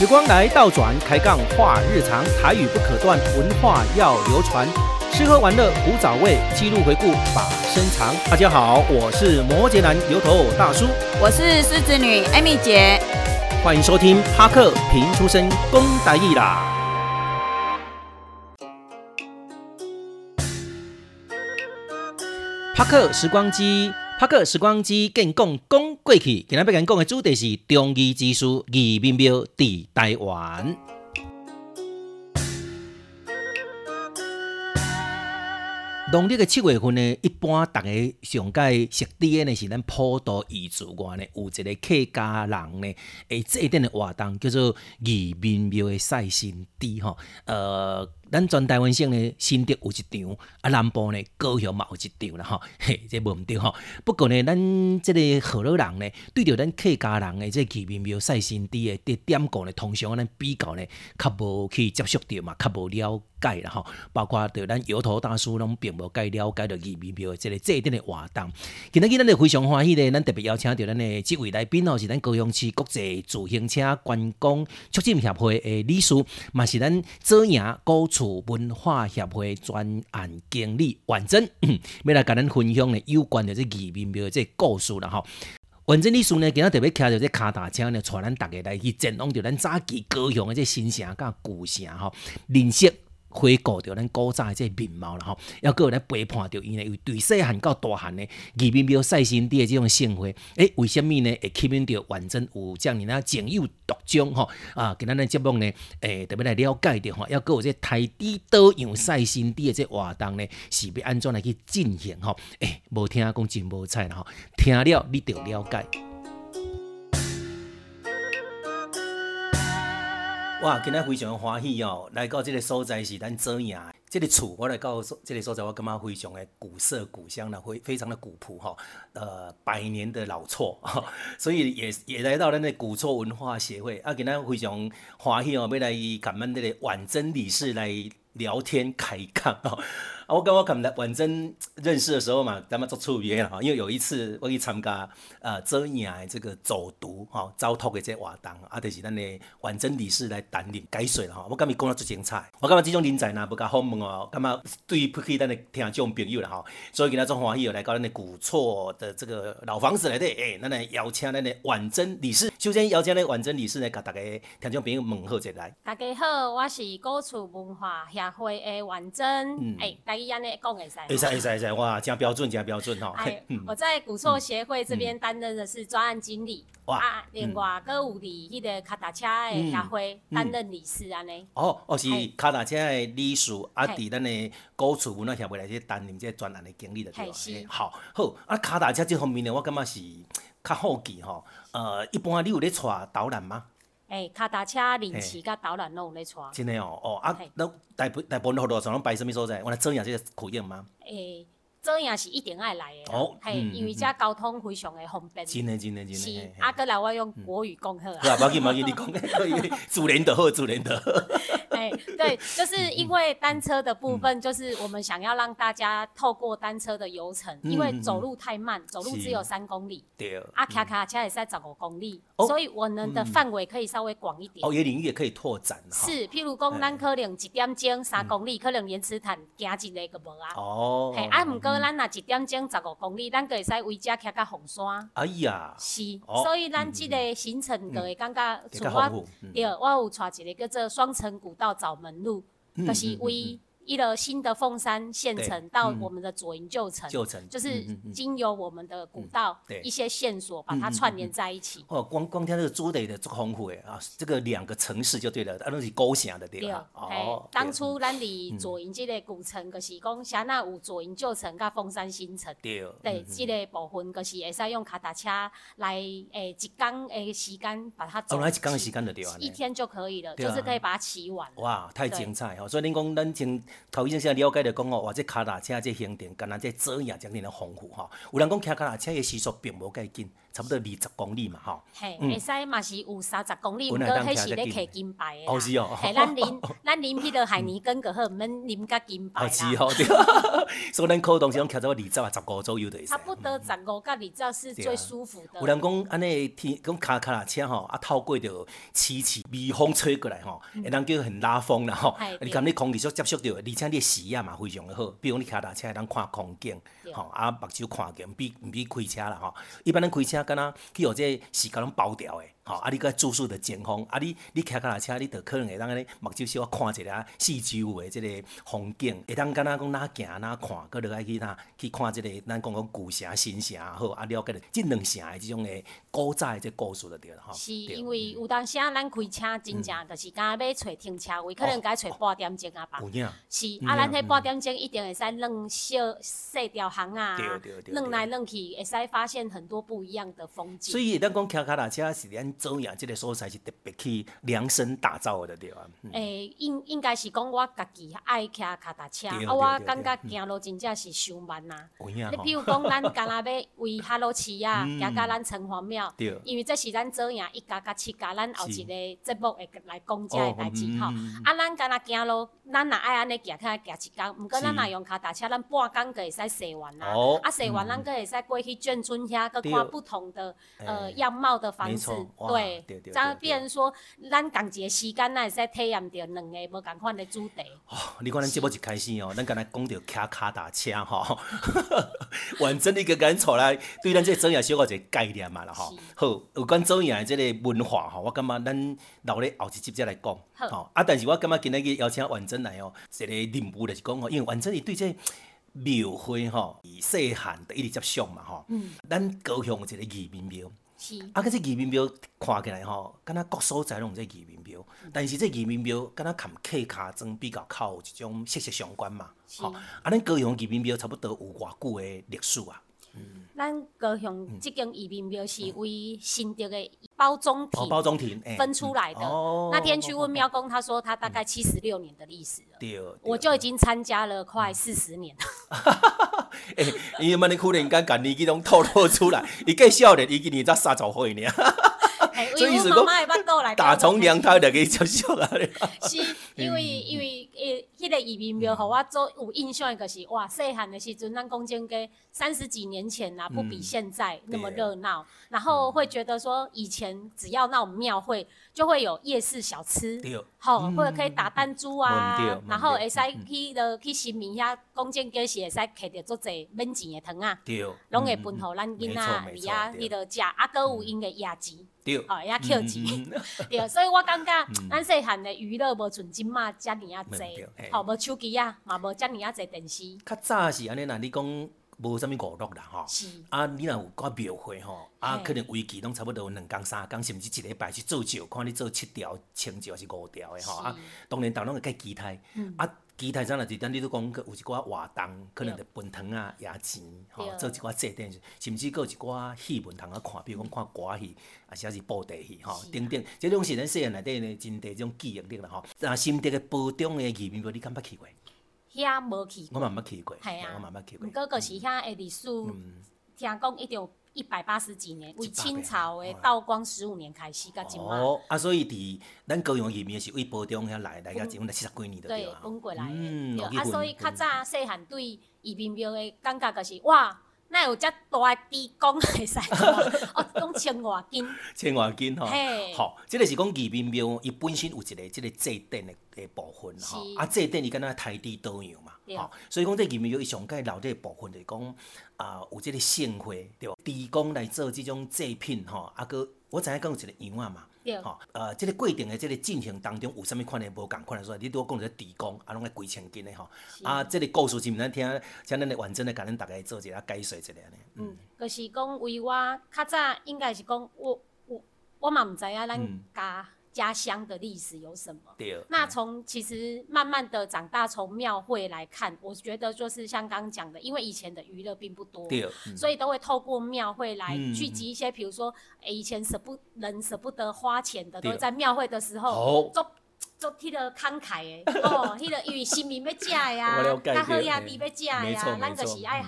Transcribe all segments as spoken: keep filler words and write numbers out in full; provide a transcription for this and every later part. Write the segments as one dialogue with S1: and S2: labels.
S1: 时光来倒转，开杠话日常，台语不可断，文化要流传。吃喝玩乐古早味，记录回顾把身藏。大家好，我是摩羯男油头大叔，
S2: 我是狮子女 Amy 姐，
S1: 欢迎收听帕克平出身公台语啦。帕克时光机。帕克时光机更讲讲过去，今天要跟讲的主题是中医之书义民庙在台湾。农历的七月份呢，一般大家上界熟知的呢是咱普渡义祖外呢，有一个客家人呢，诶，这点的活动叫做义民庙的赛神猪吼，呃。咱全台湾省呢，新竹有一场，啊南部呢，高雄嘛有一场啦吼，嘿，这无毋对吼。不过呢，咱这个河洛人呢，对着咱客家人的这义民庙赛神猪的这点讲呢，通常咱比较呢，较无去接触到嘛，较无了解啦吼。包括着咱油头大叔拢并无介了解到义民庙的这个这一点的活动。今仔日咱就非常欢喜咧，咱特别邀请到咱的这位来宾哦，是咱高雄市国际自行车观光促进协会的理事，嘛是咱左营古厝文化协会专案经理婉珍，要来跟咱分享呢有关的这义民庙的这故事啦吼。婉珍理事呢，今日特别骑着这脚踏车呢，带咱大家来去前往着咱早期高雄的这新城甲旧城吼，认识回顾着咱古早的这面貌啦吼，还有来陪伴着伊呢，由对细汉到大汉呢，义民庙赛神猪的这种盛会，诶，为什么呢？会吸引着婉珍有这样呢情有独钟吼啊？今仔日节目呢，诶，特别来了解着吼，还有有这台底倒样赛神猪的这活动呢，是要安怎来去进行吼？诶，无听讲真无彩啦吼，听了你就了解。哇，今仔非常欢喜哦，来到这个所在是咱左营，这个厝我来到这个所在，我感觉非常的古色古香啦，非非常的古朴哈，呃，百年的老厝，所以也也来到咱的古厝文化协会啊，今仔非常欢喜哦，要来感恩这个婉珍理事来聊天开讲哦。啊，我跟我跟婉珍认识的时候嘛，咱们做厝边啦，因为有一次我去参加呃左营的这个走读哈招托的这活动，啊，就是咱的婉珍理事来担任解说啦哈。我感觉讲得最精彩，我感觉这种人才呐，不甲访问哦，感觉对不起咱的听众朋友啦哈。所以今仔做欢喜来到咱的古厝的这个老房子内底，诶、欸，咱来邀请咱的婉珍理事，首先邀请咱婉珍理事呢，甲大家听众朋友问好一来。
S2: 大家好，我是古厝文化协会的婉珍，
S1: 嗯，
S2: 哎、欸，大家安尼讲会使？
S1: 会使会使会使，哇，真标准真标准吼。
S2: 哎，我在古厝协会这边担任的是专案经理。哇，啊，另外阁有伫迄个脚踏车的协会担任理事安尼。哦
S1: 哦，是脚踏车的理事，啊，伫咱的古厝文化协会内底担任这专案的经理就对了。好，好，啊，脚踏车这方面呢，我感觉是较好奇吼。呃，一般你有咧带导览吗？
S2: 诶，脚踏车临时甲导览拢有咧带。
S1: 真的哦，哦啊，咱大部大部分路路上拢摆什么所在？我来左营这个可用吗？
S2: 诶。左营是一定爱来的，哦，嘿、嗯，因为遮交通非常的方便。
S1: 真的，真的，真的。
S2: 是，啊，搁来我用国语讲好啊。
S1: 对啊，无要紧，无要紧，你讲可以，自然就好，自然就好。
S2: 哎，对，就是因为单车的部分，就是我们想要让大家透过单车的游程，嗯、因为走路太慢，走路只有三公里，对，啊，骑脚车也是十五公里，哦、所以我们的范围可以稍微广一点。
S1: 哦，也领域也可以拓展。
S2: 是，譬如讲，咱可能一点钟三公里，嗯、可能连池潭行一个就无啊。哦。嘿，啊，毋过咱若一点钟十五公里，咱就会使围遮骑到凤山。哎呀。是，哦、所以咱即个行程就会感觉，像我，对，我有带一个叫做双城古道早门路，嗯、就是为一个新的凤山县城到我们的左营旧城，旧城就是经由我们的古道、嗯、一些线索，把它串联在一起。嗯嗯嗯、
S1: 哦，光光听这个主题的足丰富的啊，这个两个城市就对了，啊，都是古城的对了。
S2: 哦，当初咱伫左营这个古城，就是讲啥那有左营旧城甲凤山新城。对，对，嗯、这个部分就是会使用脚踏车来诶一天的时间把它走。
S1: 哦，来一天的时间就对了。
S2: 一天就可以了，就是可以把它骑完。
S1: 哇，太精彩哦！所以恁讲咱先。头先先了解着讲哦，哇！这脚踏车这行程，敢若这左营真正的丰富吼。有人讲骑脚踏车的时速并无介紧， 差不多二十公里嘛，吼。
S2: 嘿，会使嘛是有三十公里，毋过迄是咧摕金牌的啦。
S1: 哦是哦。
S2: 嘿，咱啉咱啉迄个海尼根就好，毋免啉甲金牌啦。
S1: 是哦，对。所以咱可动是讲骑到二十啊十五左右就会使。
S2: 差不多十五到二十是最舒服的。
S1: 有人讲安尼天，讲脚脚踏车吼，啊透过着凄凄微风吹过来吼，会当叫很拉风啦吼。你敢你空气所接触到，而且你的视野嘛非常的好，比如你骑踏车会当看风景，吼啊目睭看见，比毋比开车啦吼。一般咱开车敢若去互这视角拢包掉的。吼，啊！你搁注视着前方，啊！你你骑脚踏车，你着可能会当安尼目睭小啊看一下四周围即个风景，会当敢若讲哪行哪看，搁落来去哪去看即、这个咱讲讲旧城、新城好，啊了解着即两城的即种的古早的即故事就对了吼。
S2: 是因为有当时啊，咱开车真正就是敢若要找停车位，可能该找半点钟啊吧。
S1: 有影。
S2: 是啊，咱迄半点钟一定会使弄小细条巷啊，弄来弄去，会使发现很多不一样的风景。
S1: 所以咱讲骑脚踏车是咱走样即个所在是特别去量身打造的对啊。
S2: 诶、嗯，应应该是讲我家己爱骑脚踏车，啊，我感觉行路真正是伤慢呐。你譬如讲，咱敢若要为哈罗市啊，行到咱城隍庙，因为这是咱做样一家甲七家，咱后一个节目会来讲这个代志吼。啊，咱敢若行路，咱若爱安尼行，较行一工，毋过咱若用脚踏车，咱半工就会使踅完啦。啊，踅完咱佫会使过去眷村遐，佫看不同的呃样貌的房子，对。这样变成说，咱同一个时间，咱会使体验到两个无共款的主题。
S1: 哦，你看咱节目一开始哦，咱刚才讲到骑脚踏车吼，完整一个咱带来对咱这走样小可一个概念嘛啦吼。好，有关走样的这个文化吼，我感觉咱留咧后一集再来讲。好，啊，但是我感觉今日去邀请完整来哦，一个任务就是讲吼，因为完整伊对这庙会吼，以细汉就一直接上嘛吼。嗯。咱高雄有一个义民庙。啊，个这义民庙看起来吼，敢若各所在拢有这义民庙，但是这义民庙敢若含客家庄比较靠有一种息息相关嘛。吼，啊，咱高雄义民庙差不多有偌久的历史啊？
S2: 嗯，咱高雄这间义民庙是为新竹的包中庭
S1: 包中庭
S2: 分出来的。哦、那天去问庙公，他说他大概七十六年的历史了。对，我就已经参加了快四十年了。
S1: 哎，伊慢你可能敢把年纪拢透露出来，伊计少年，伊今年才三十岁呢。
S2: 所以是讲
S1: 打从娘胎就去接受啊。
S2: 是因为因为诶，迄个义民庙，互我做有印象的就是哇，细汉的时阵，咱讲真个三十几年前啦，不比现在那么热闹。然后会觉得说，以前只要那种庙会，就会有夜市小吃，吼，或者可以打弹珠啊，然后会使去了去新民遐讲真个是会使摕到足侪免钱的糖啊，拢会分互咱囡仔伫遐迄落食，啊，搁有因个夜市。
S1: 对，
S2: 哦，也扣钱，对，所以我感觉咱细汉的娱乐无像即马遮尔啊济，吼，无手机啊，嘛无遮尔啊济电视。
S1: 较早是安尼啦，你讲无啥物娱乐啦，吼，啊，你若有个庙会吼，啊，可能为期拢差不多两工三工，甚至一礼拜去做少，看你做七条、千条还是五条的吼，啊，当然当然会计期待，啊。其他啥若是，等你都讲有一寡活动，可能就分糖啊、赢钱，吼，做一寡祭典，甚至佫有一寡戏文通啊看，比如讲看歌戏，啊，或是布袋戏，吼，等等，这种是咱细汉内底呢真侪种记忆力啦，吼。啊，新竹的埔中的义民庙，你敢捌去过？
S2: 遐无去过。
S1: 我嘛捌去过，
S2: 系啊，
S1: 我嘛捌去过。
S2: 毋过就是遐的历史，听讲一定一百八十几年，为清朝的道光十五年开始，到今嘛。
S1: 哦，啊，所以伫咱高雄义民是为埔中遐来，来到前来七十几年就对啊。
S2: 对，搬过来的。嗯，啊，所以较早细汉对义民庙的感觉就是哇，哪有遮大地公会使哦，讲千外斤。
S1: 千外斤吼。好，这个是讲义民庙，伊本身有一个即个祭典的的部分吼。啊，祭典伊敢若台地多样嘛。吼，所以讲这义民庙伊上界留这部分就是讲啊，有即个献花对吧？地公来做即种祭品吼，啊个我知影讲有一个样啊嘛。吼，呃，即个过程的即个进行当中有啥物款的无共款的，所以你拄讲着地公啊，拢爱几千斤的吼。啊，即个故事是毋咱听，像咱的完整的甲咱大家做一下解说一下呢。
S2: 嗯，就是讲为我较早应该是讲我我我嘛毋知影咱家。家乡的历史有什么？那从其实慢慢的长大，从庙会来看，我觉得就是像刚刚讲的，因为以前的娱乐并不多，嗯、所以都会透过庙会来聚集一些，比如说，欸、以前舍不人舍不得花钱的，都在庙会的时候做做迄个慷慨的，哦，迄个因为新民要食的啊，较好呀，你要食的啊，咱就是爱合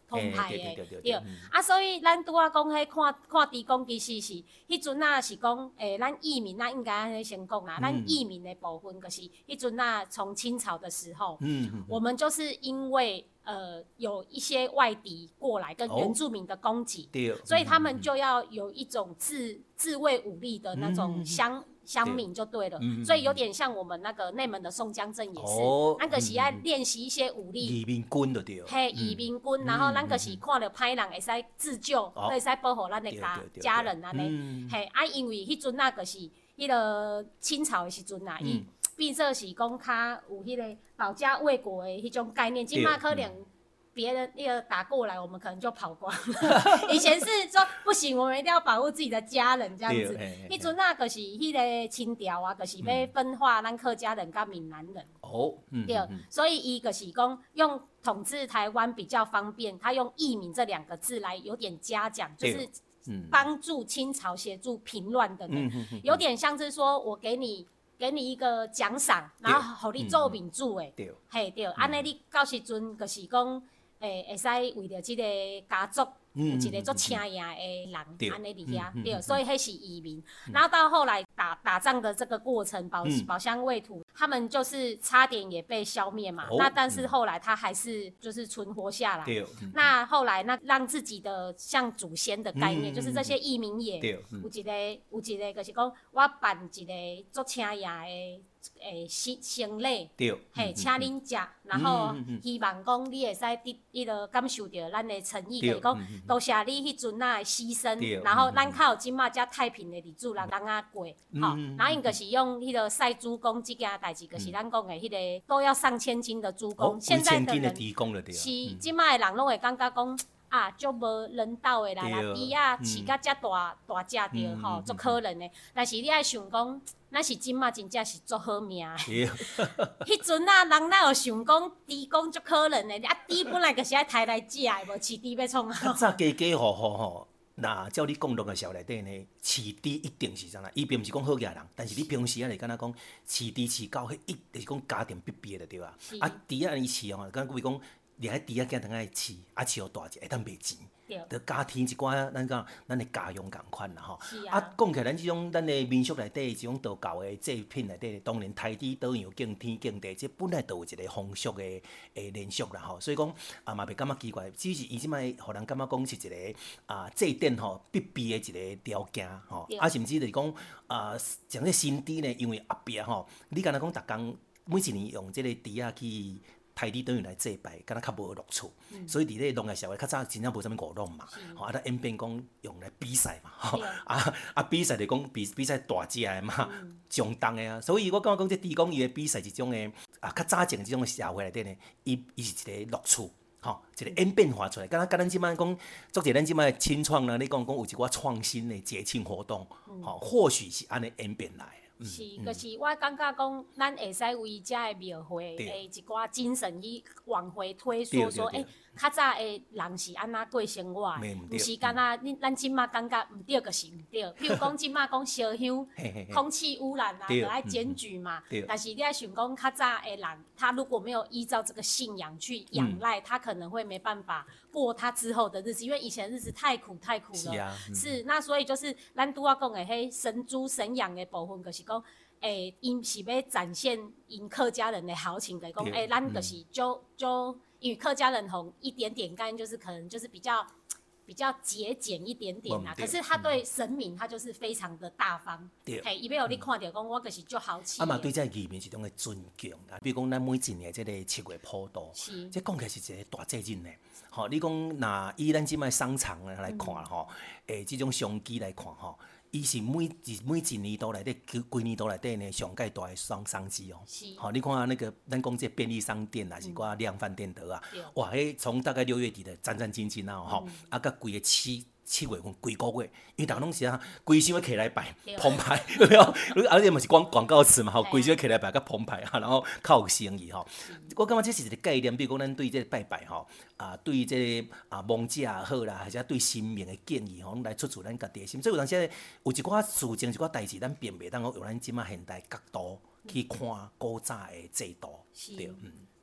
S2: 澎湃的，对。啊，所以咱拄仔讲迄看看猪公，其实是迄阵啊是讲，诶，咱移民咱应该安尼先讲啦，咱移民的部分就是迄阵啊从清朝的时候，我们就是因为。呃，有一些外敌过来跟原住民的攻击，哦、所以他们就要有一种自自卫武力的那种乡乡民就对了，嗯、所以有点像我们那个内门的宋江镇也是，
S1: 哦、
S2: 咱就是要练习一些武力。
S1: 移民军就对了。
S2: 嘿，移民军，嗯、然后咱就是看到歹人会使自救，哦、会使保护咱的家家人安尼。嘿，啊，因为迄阵啊，就是迄个清朝的时阵啊，伊、嗯。变做是讲较有迄个保家卫国的迄种概念，今嘛可能别人那个打过来，我们可能就跑光了。以前是说不行，我们一定要保护自己的家人这样子。迄阵啊，就是迄个清朝啊，就是要分化咱客家人跟闽南人。
S1: 哦，嗯，
S2: 对，嗯、所以伊就是讲用统治台湾比较方便，他用义民这两个字来有点嘉奖，就是帮助清朝协助平乱的人，嗯、有点像是说我给你。给你一个奖赏，然后互你做民主诶，
S1: 对，
S2: 嘿对，安尼、嗯、你到时阵就是讲，诶会使为着即个家族有一个足请赢诶人，安尼伫遐，对，所以迄是移民。嗯、然后到后来打打仗的这个过程，保、嗯、保乡卫土，他们就是差点也被消灭嘛。哦、那但是后来他还是就是存活下来。对，嗯、那后来那让自己的像祖先的概念，嗯、就是这些移民也、嗯、有一个有一个就是讲，我办一个足请赢诶。诶，生生礼，嘿，请恁食，然后希望讲你会使得迄个感受到咱的诚意，就是讲多谢你迄阵仔的牺牲，然后咱较有即马遮太平的日子人人啊过，吼，然后因就是用迄个赛猪公即件代志，就是咱讲的迄个都要上千斤的猪公，现在的人是即马的人拢会感觉讲。啊，足无人道的啦，啦猪啊饲甲遮大大只着吼，足可怜的。但是你爱想讲，咱是即马真正是足好命的。迄阵啊，人哪有想讲猪公足可怜的？啊，猪本来就是爱刣来食的，无饲猪要创啊。
S1: 较早家家户户吼，那照你讲落个社会内底呢，饲猪一定是啥啦？伊并毋是讲好野人，但是你平时啊来敢若讲饲猪饲狗，迄一就是讲家庭必备的对吧？啊，猪啊安尼饲吼，敢比如讲。掠迄猪仔囝当爱饲，啊饲互大只会当卖钱，着加添一寡咱讲咱的家用共款啦吼。啊，讲起来咱即种咱的民俗内底，即种道教的祭品内底，当然刣猪倒样敬天敬地，这本来就有一个风俗的诶连续啦吼。所以讲啊嘛袂感觉奇怪，只是伊即摆互人感觉讲是一个啊祭典吼必备的一个条件吼。啊，甚至就是讲啊，像这新猪呢，因为后壁吼，你敢若讲逐工每一年用即个猪仔去。刣猪等于来祭拜，敢若较无乐趣，嗯、所以伫咧农业社会较早真正无啥物娱乐嘛，吼啊，咱演变讲用来比赛嘛，吼啊啊比赛就讲比比赛大只的嘛，嗯、上重的啊，所以我感觉讲这猪公伊的比赛一种的啊，较早前即种社会内底呢，伊伊是一个乐趣，吼，一个演变化出来，敢若甲咱即摆讲，做者咱即摆清创呢，你讲讲有一寡创新的节庆活动，吼、嗯，或许是安尼演变来。
S2: 是，就是我感觉讲，咱会使为遮的庙会诶一寡精神去往回推说说，诶、欸，较早的人是安怎过生活的，毋是敢若恁咱即马感觉毋对，就是毋对。譬如讲即马讲烧香，空气污染啊，就爱检举嘛。但是你爱想讲，较早的人，他如果没有依照这个信仰去仰赖，嗯、他可能会没办法过他之后的日子，因为以前日子太苦太苦了。是啊，嗯、是那所以就是咱拄仔讲的迄神猪神养的部分，就是讲。诶，因是要展现因客家人的豪情，就是讲，诶，咱就是就就因为客家人吼一点点干，就是可能就是比较比较节俭一点点啦。可是他对神明，他就是非常的大方。嘿，伊要互你看到讲，我就是足豪气。
S1: 啊嘛，对这移民是一种的尊敬啊。比如讲，咱每一年这个七月普渡，这讲起来是一个大节日呢。吼，你讲那以咱即摆商场来看吼，诶，这种商机来看吼。伊是每每一年度内底，规年度内底呢，上介大的商商机哦。是。好，你看那个，咱讲这便利商店啊，是寡量贩店得啊，哇，迄从大概六月底的战战兢兢啊，吼，啊，甲规个七七月份规个月，因为逐个拢是啊，规箱要起来摆澎湃，有没有？而且嘛是广广告词嘛，吼，规箱起来摆甲澎湃啊，然后较有生意吼。我感觉这是一个概念，比如讲咱对这个拜拜吼。啊，对这个啊亡者也好啦，或者对神明的建议吼，来出自咱家己的心。所以有当时有一寡事情、一寡代志，咱并袂当用咱即马现代角度去看古早的制度，对，
S2: 嗯。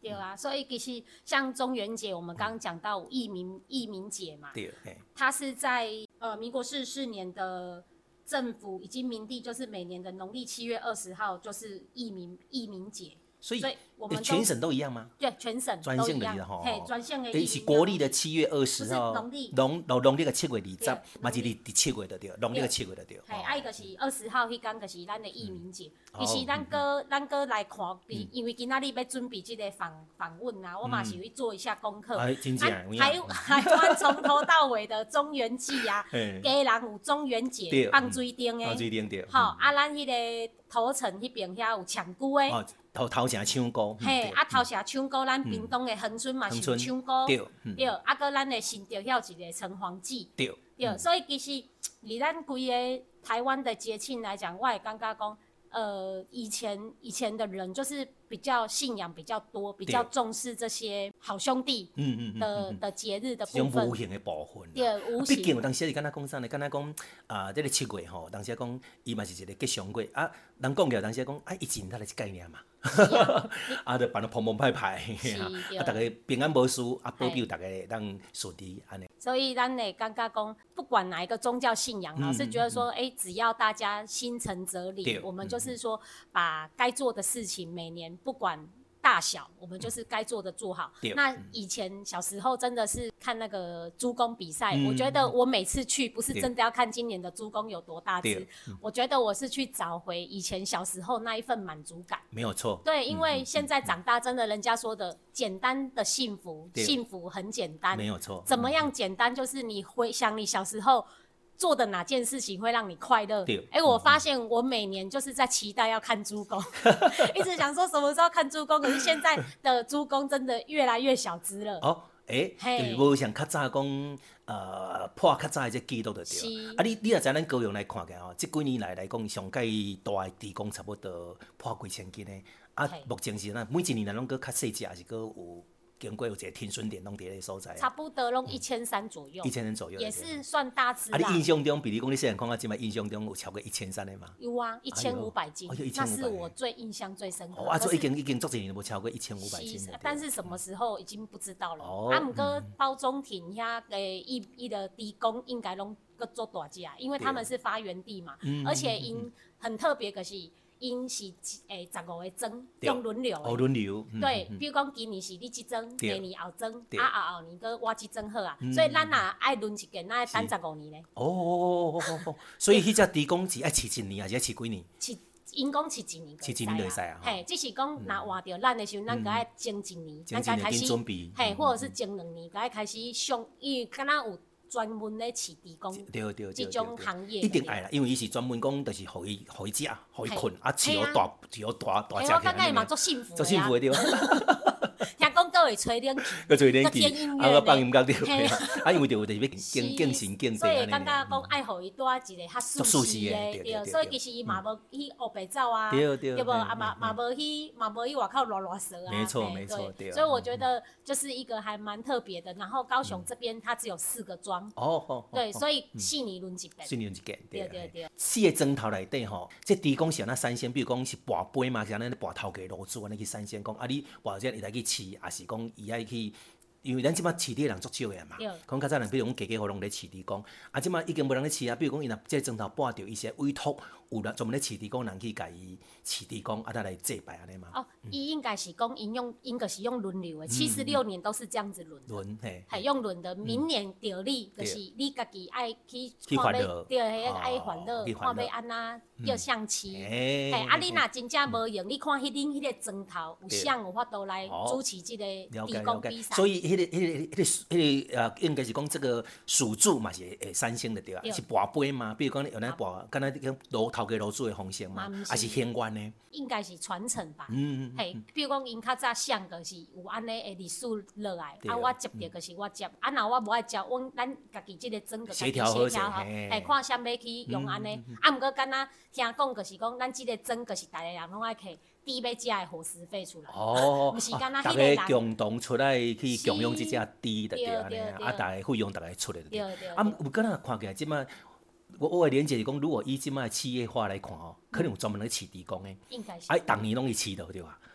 S2: 对啊，所以其实像中元节，我们刚刚讲到义民义民节嘛，
S1: 对，
S2: 它是在呃民国四十四年的政府已经明定，就是每年的农历七月二十号就是义民义民节。
S1: 所以，
S2: 所以我们
S1: 全省都一样吗？
S2: 对，全省都一样。嘿，专项的。
S1: 是国历的七月二十号，
S2: 农历
S1: 农农农历的七月二十，嘛是伫七月的对，农历的七月的对。
S2: 嘿，啊，伊就是二十号迄天，就是咱的义民节。其实咱搁咱搁来看，因为今仔日要准备这个访访问啊，我嘛是去做一下功课。
S1: 哎，真正。
S2: 台台湾从头到尾的中元祭啊，家人有中元节放水灯的。
S1: 放水灯对。
S2: 好，啊，咱迄个头城迄边遐有抢菇的。
S1: 头头城唱歌，
S2: 嘿，啊头城唱歌，咱屏东的恒春嘛是有唱歌，
S1: 对，
S2: 对，啊搁咱的新竹遐有一个城隍祭，
S1: 对，
S2: 对，所以其实以咱规个台湾的节庆来讲，我也感觉讲，呃，以前以前的人就是比较信仰比较多，比较重视这些好兄弟的嗯嗯嗯的节日的部分，
S1: 种无形的部分，
S2: 对，无形。
S1: 毕竟有当时是敢若讲啥呢？敢若讲啊，这个七月吼，当时讲伊嘛是一个吉祥月啊，人讲了当时讲啊，疫情它就是概念嘛。啊，就办得澎澎湃湃，啊，大家平安无事，啊，保佑大家当顺利安尼。
S2: 所以咱会感觉讲，不管哪一个宗教信仰，老是觉得说，哎、欸，只要大家心诚则灵，我们就是说，把该做的事情，每年不管大小，我们就是该做的做好。那以前小时候真的是看那个猪公比赛，嗯、我觉得我每次去不是真的要看今年的猪公有多大只，我觉得我是去找回以前小时候那一份满足感。
S1: 没有错。
S2: 对，因为现在长大，真的人家说的简单的幸福，幸福很简单，
S1: 没有错。
S2: 怎么样简单？就是你回想你小时候做的哪件事情会让你快乐？哎、欸，我发现我每年就是在期待要看猪公，一直想说什么时候看猪公，可是现在的猪公真的越来越小只了。
S1: 哦，哎、欸，就是无像较早讲，呃，破较早的这记录就对。啊，你你也知咱高雄来看起哦，这几年来来讲，上介大的猪公差不多破几千斤的。啊，目前是咱每一年来拢搁较细只，还是搁有。经过有一个停损点，拢伫个所在，
S2: 差不多拢一千三左右，
S1: 一千三左右，
S2: 也是算大只啦。
S1: 啊，你印象中，比如讲你细汉看到即摆，印象中有超过一千三的吗？
S2: 有啊，一千五百斤，那是我最印象最深刻。
S1: 哦，啊，做已经已经足一年无超过一千五百斤了。
S2: 但是什么时候已经不知道了。哦、啊，毋过包中庭遐诶，伊伊的猪公应该拢个做大只，因为他们是发源地嘛，嗯、而且因很特别的是。因是诶十五个钟用轮流
S1: 哦，轮流。
S2: 对，比如讲今年是你即钟，第二年后钟，啊后后年搁我即钟好啊，所以咱若爱轮一件，咱爱等十五年咧。
S1: 哦哦哦哦哦，所以迄只猪公是爱饲一年还是爱饲几年？
S2: 饲，因讲饲一年
S1: 饲一年就会使啊。
S2: 嘿，只是讲若换着咱的时候，咱搁爱种一年，咱该开始
S1: 准备，
S2: 嘿，或者是种两年，该开始上，因为敢若有。专门咧饲猪公，这种行业
S1: 一定爱啦，因为伊是专门讲，就是互伊互伊食，互伊困，啊饲好大，饲好大大只起来。
S2: 我感觉伊嘛足幸福，
S1: 足幸福的对。
S2: 听讲搁会吹冷气，
S1: 搁吹冷气，啊，搁放音乐对。啊，因为着有就是要敬敬神敬地安尼。
S2: 所以感觉讲爱互伊住一个较舒适的，对。所以其实伊嘛无去黑白走啊，对对，对无啊嘛嘛无去嘛无去外口乱乱踅啊。
S1: 没错没错，对。
S2: 所以我觉得就是一个还蛮特别的。然后高雄这边它只有四个庄。
S1: 哦哦。
S2: 对，所以四年轮一遍。
S1: 四年轮一遍，
S2: 对对对。
S1: 四个钟头内底吼，即猪公是安那三仙，比如讲是跋杯嘛，是安尼跋头家路子安尼去三仙讲，啊你跋者伊来去饲，也是讲伊爱去。因为咱即摆饲猪的人足少个嘛，讲较早人比如讲家家户户拢咧饲猪公，啊即摆已经无人咧饲啊。比如讲伊若即个钟头半着，伊是委托有人专门咧饲猪公人去甲伊饲猪公，啊，再来祭拜安尼嘛。
S2: 哦，伊应该是讲因用，应该是用轮流的，七十六年都是这样子轮。
S1: 轮嘿，
S2: 系用轮的，明年着你就是你家己爱去
S1: 看要，
S2: 对，迄个爱欢乐，看要安那要象棋。嘿，啊你若真正无用，你看迄恁迄个钟头有谁有法度来主持即个猪公比赛？
S1: 所以迄个、迄个、迄个、迄个呃，应该是讲这个属主嘛是会三星的对啊，是跋杯嘛，比如讲用咱跋，敢若讲炉头家炉主的方式嘛，还是显愿呢？
S2: 应该是传承吧。嗯嗯。嘿，比如讲因较早想就是有安尼的历史落来，啊我接着就是我接，啊若我无爱接，阮咱家己即个整个
S1: 协调好势，
S2: 嘿，看啥要去用安尼。啊，毋过敢若听讲就是讲，咱即个整个是逐个人拢爱摕。猪要食的伙食费出来，哦，毋是敢若迄个人，
S1: 大家共同出来去供养即只猪，就对安尼啊，啊，大家费用大家出来就对。啊，有敢若看起来即摆，我我的连结是讲，如果以即摆企业化来看吼，可能有专门咧饲猪公的，
S2: 应该是，
S1: 啊，逐年拢去饲着对吧？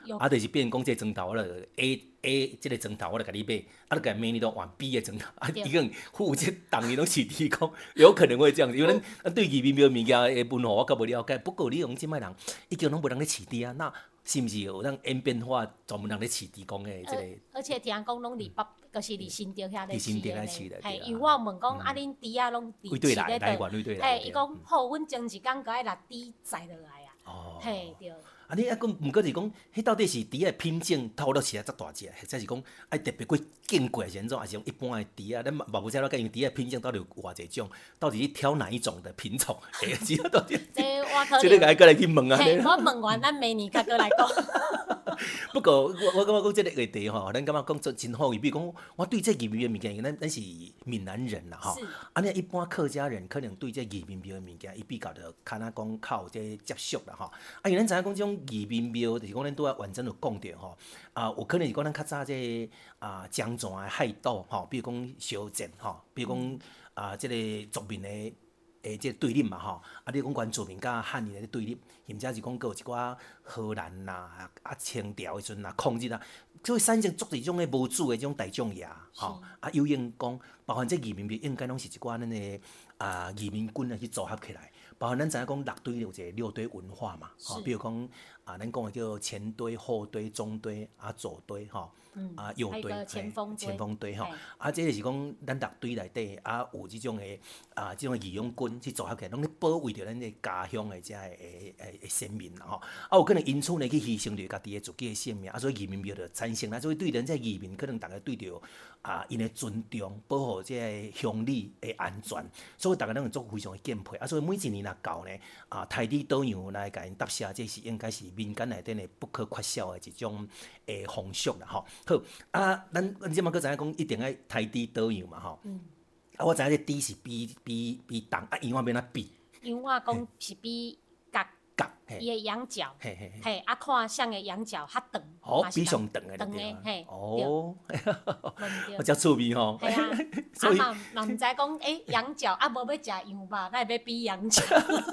S1: 啊，就是变讲这砖头，我就 A A 这个砖头我就甲你买，啊，就甲明年都换 B 的砖头，啊，已经负责逐年拢是提供，有可能会这样子，因为咱对移民庙物件的文化我较无了解。不过你用即摆人已经拢无人咧饲猪啊，那是毋是有咱演变化专门人咧饲猪公的这个？
S2: 而且听讲拢伫北，就是伫新竹遐咧
S1: 饲的。
S2: 嘿，因为我问讲，啊，恁猪啊拢伫饲咧倒？嘿，伊讲好，阮前一工甲迄六猪载落来啊。哦。嘿，对。
S1: 啊，你啊，讲毋过是讲，迄到底是猪的品种透露起来遮大只，或者是讲爱特别过见过是安怎，还是用一般的猪啊？咱嘛无知道，甲因猪的品种到底有偌济种，到底是挑哪一种的品种？哎，知道到底。
S2: 这我可能。
S1: 这个该过来去问啊。
S2: 嘿，我问完，咱明年才过来讲。
S1: 不过我我感觉讲即个话题吼，咱感觉讲真真好，比如讲我对这移民的物件，咱咱是闽南人啦吼。啊，你一般客家人可能对这移民庙的物件，伊比较着较哪讲较有这接触啦吼。啊，因为咱知影讲这种移民庙，就是讲咱拄仔完整有讲着吼。啊，有可能是讲咱较早这啊江泉的海岛吼，比如讲小镇吼，比如讲啊即个族民的。诶，即个对立嘛吼，啊，你讲原住民甲汉人的对立，甚至是讲佫有一寡荷兰呐、啊清朝的阵啊抗日啊，所以产生足一种诶无主诶种大众爷吼，啊有用讲，包含这移民庙应该拢是一寡咱诶啊移民军啊去组合起来，包含咱知影讲六堆有一个六堆文化嘛，吼，比如讲啊，咱讲诶叫前堆、后堆、中堆啊左堆吼。嗯、啊，右堆，
S2: 前锋堆，
S1: 前锋堆吼，啊，这个是讲咱六堆内底啊，有即种诶啊，即种义勇军去组合起来，拢咧保卫着咱诶家乡诶遮诶诶诶先民啦吼。啊，有可能因此呢去牺牲着家己诶自己诶性命，啊，所以移民庙就产生啦。所以对咱这移民，可能大家对着啊，因诶尊重，保护即个乡里诶安全，所以大家拢会做非常诶敬佩。啊，所以每一年若到呢，啊，台地导游来甲因答谢，这是应该是民间内底诶不可缺少诶一种诶风俗啦吼。好，啊，咱咱即马佫知影讲一定爱台猪导游嘛吼。嗯。啊，我知影这猪是比比比重，啊，羊仔免哪比？
S2: 羊仔讲是比角
S1: 角，
S2: 伊的羊角，
S1: 嘿嘿
S2: 嘿，啊，看像的羊角较长，
S1: 哦，比上长的
S2: 长的，嘿，
S1: 哦，我真趣味吼。
S2: 系啊，啊嘛嘛毋知讲，诶，羊角啊，无要食羊肉，哪会要比羊角？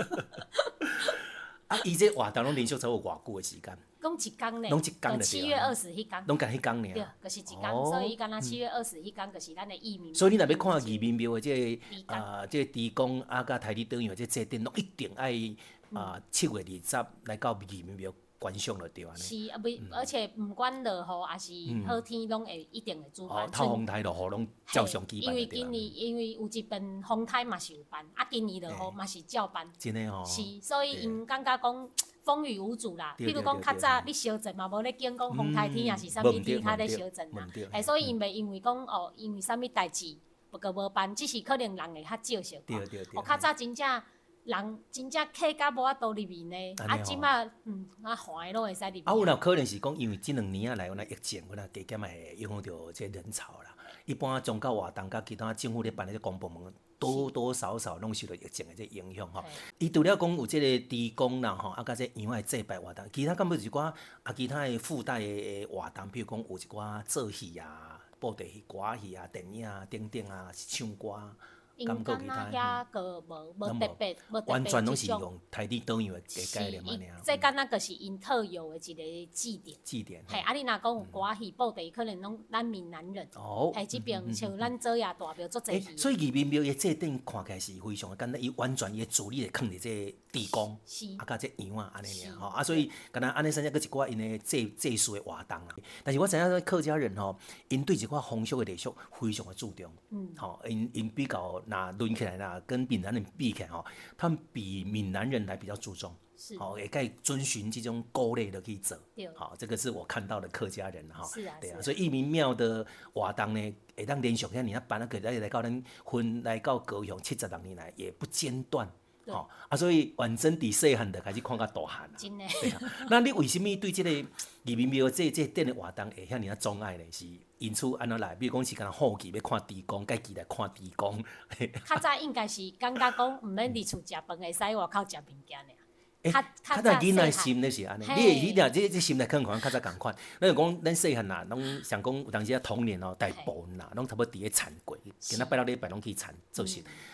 S1: 啊，伊这活动拢连续超过偌久的时间？
S2: 讲一工呢，
S1: 拢一工就
S2: 七月二十迄工，
S1: 拢干迄工尔。
S2: 对，就是一工，所以伊敢若七月二十迄工，就是咱的移民。
S1: 所以你若要看移民庙的这个啊，这个猪公啊，甲台地导游这祭典，拢一定爱啊七月二十来到移民庙观赏就对安尼。
S2: 是啊，袂，而且毋管落雨还是好天，拢会一定会主办。
S1: 哦，透风台落雨拢照常举办。
S2: 因为今年因为有一边风台嘛是有办，啊，今年落雨嘛是照办。
S1: 真诶吼。
S2: 是，所以因感觉讲。风雨无阻啦，譬如讲较早你小镇嘛，无咧惊讲风台天也是啥物天较咧小镇啦，哎，所以因袂因为讲哦，因为啥物代志，不过无办，只是可能人会较少少。
S1: 对对对。
S2: 哦，较早真正人真正客甲无法度入面呢，啊，即马嗯啊环拢会使入面。
S1: 啊，有若可能是讲因为即两年啊来，有那疫情，有那加减会影响到这人潮啦。一般宗教活动甲其他政府咧办的这公部门。多多少少拢受到疫情的这影响吼。伊除了讲有即个猪公啦吼，啊，甲这羊的祭拜活动，其他敢有一寡啊其他的附带的活动，比如讲有一寡做戏啊、布袋戏、歌戏啊、电影啊、等等啊，唱歌。
S2: 因敢若遐个无无特别，无特别
S1: 完全拢是用台地导游的概念安尼啊。
S2: 这敢若就是因特有的一个祭典。
S1: 祭典。
S2: 嘿，啊，你若讲有歌戏、布袋，可能拢咱闽南人。哦。嘿，即边像咱做呀大庙做这戏。
S1: 所以移民庙的祭典看起来是非常的简单，伊完全伊的主力是放伫这地公，啊，甲这羊啊安尼尔吼，啊，所以敢若安尼生只佫一寡因的祭祭祀的活动啦。但是我知影客家人吼，因对一寡风俗的礼俗非常的注重。嗯。吼，因因比较。那论起来啦，跟闽南人比起来吼，他们比闽南人还比较注重，好，也该遵循这种古礼的去做，好，这个是我看到的客家人哈，对啊，所以义民庙的活动呢，会当连续遐年啊办啊，个来来到咱分来到高雄七十六年来也不间断。吼啊，所以完整伫细汉就开始看到大汉啦。
S2: 真诶。
S1: 对啊，那你为什么对即个移民庙这这点的活动会遐尼啊钟爱呢？是因此安怎来？比如讲是敢若好奇要看猪公，家己来看猪公。
S2: 较早应该是感觉讲毋免伫厝食饭，会使外口食物件尔。
S1: 诶，较早囡仔心咧是安尼，你会迄条这这心来看看较早共款。咱就讲咱细汉啦，拢想讲有当时啊童年哦，大部分啦，拢差不多伫咧田过，今仔拜六礼拜拢去田做事。